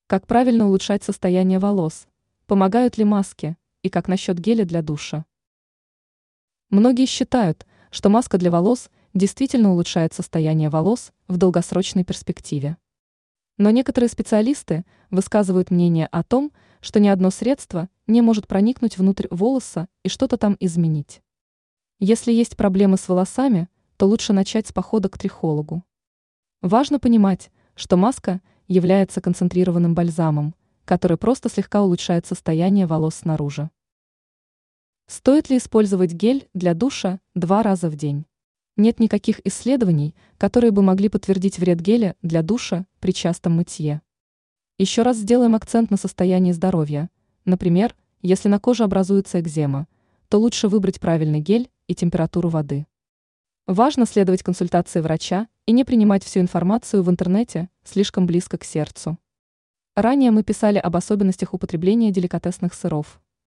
Как правильно улучшать состояние волос? Помогают ли маски? И как насчет геля для душа? Многие считают, что маска для волос действительно улучшает состояние волос в долгосрочной перспективе. Но некоторые специалисты высказывают мнение о том, что ни одно средство не может проникнуть внутрь волоса и что-то там изменить. Если есть проблемы с волосами, то лучше начать с похода к трихологу. Важно понимать, что маска является концентрированным бальзамом, который просто слегка улучшает состояние волос снаружи. Стоит ли использовать гель для душа 2 раза в день? Нет никаких исследований, которые бы могли подтвердить вред геля для душа при частом мытье. Еще раз сделаем акцент на состоянии здоровья. Например, если на коже образуется экзема, то лучше выбрать правильный гель и температуру воды. Важно следовать консультации врача и не принимать всю информацию в интернете слишком близко к сердцу. Ранее мы писали об особенностях употребления деликатесных сыров.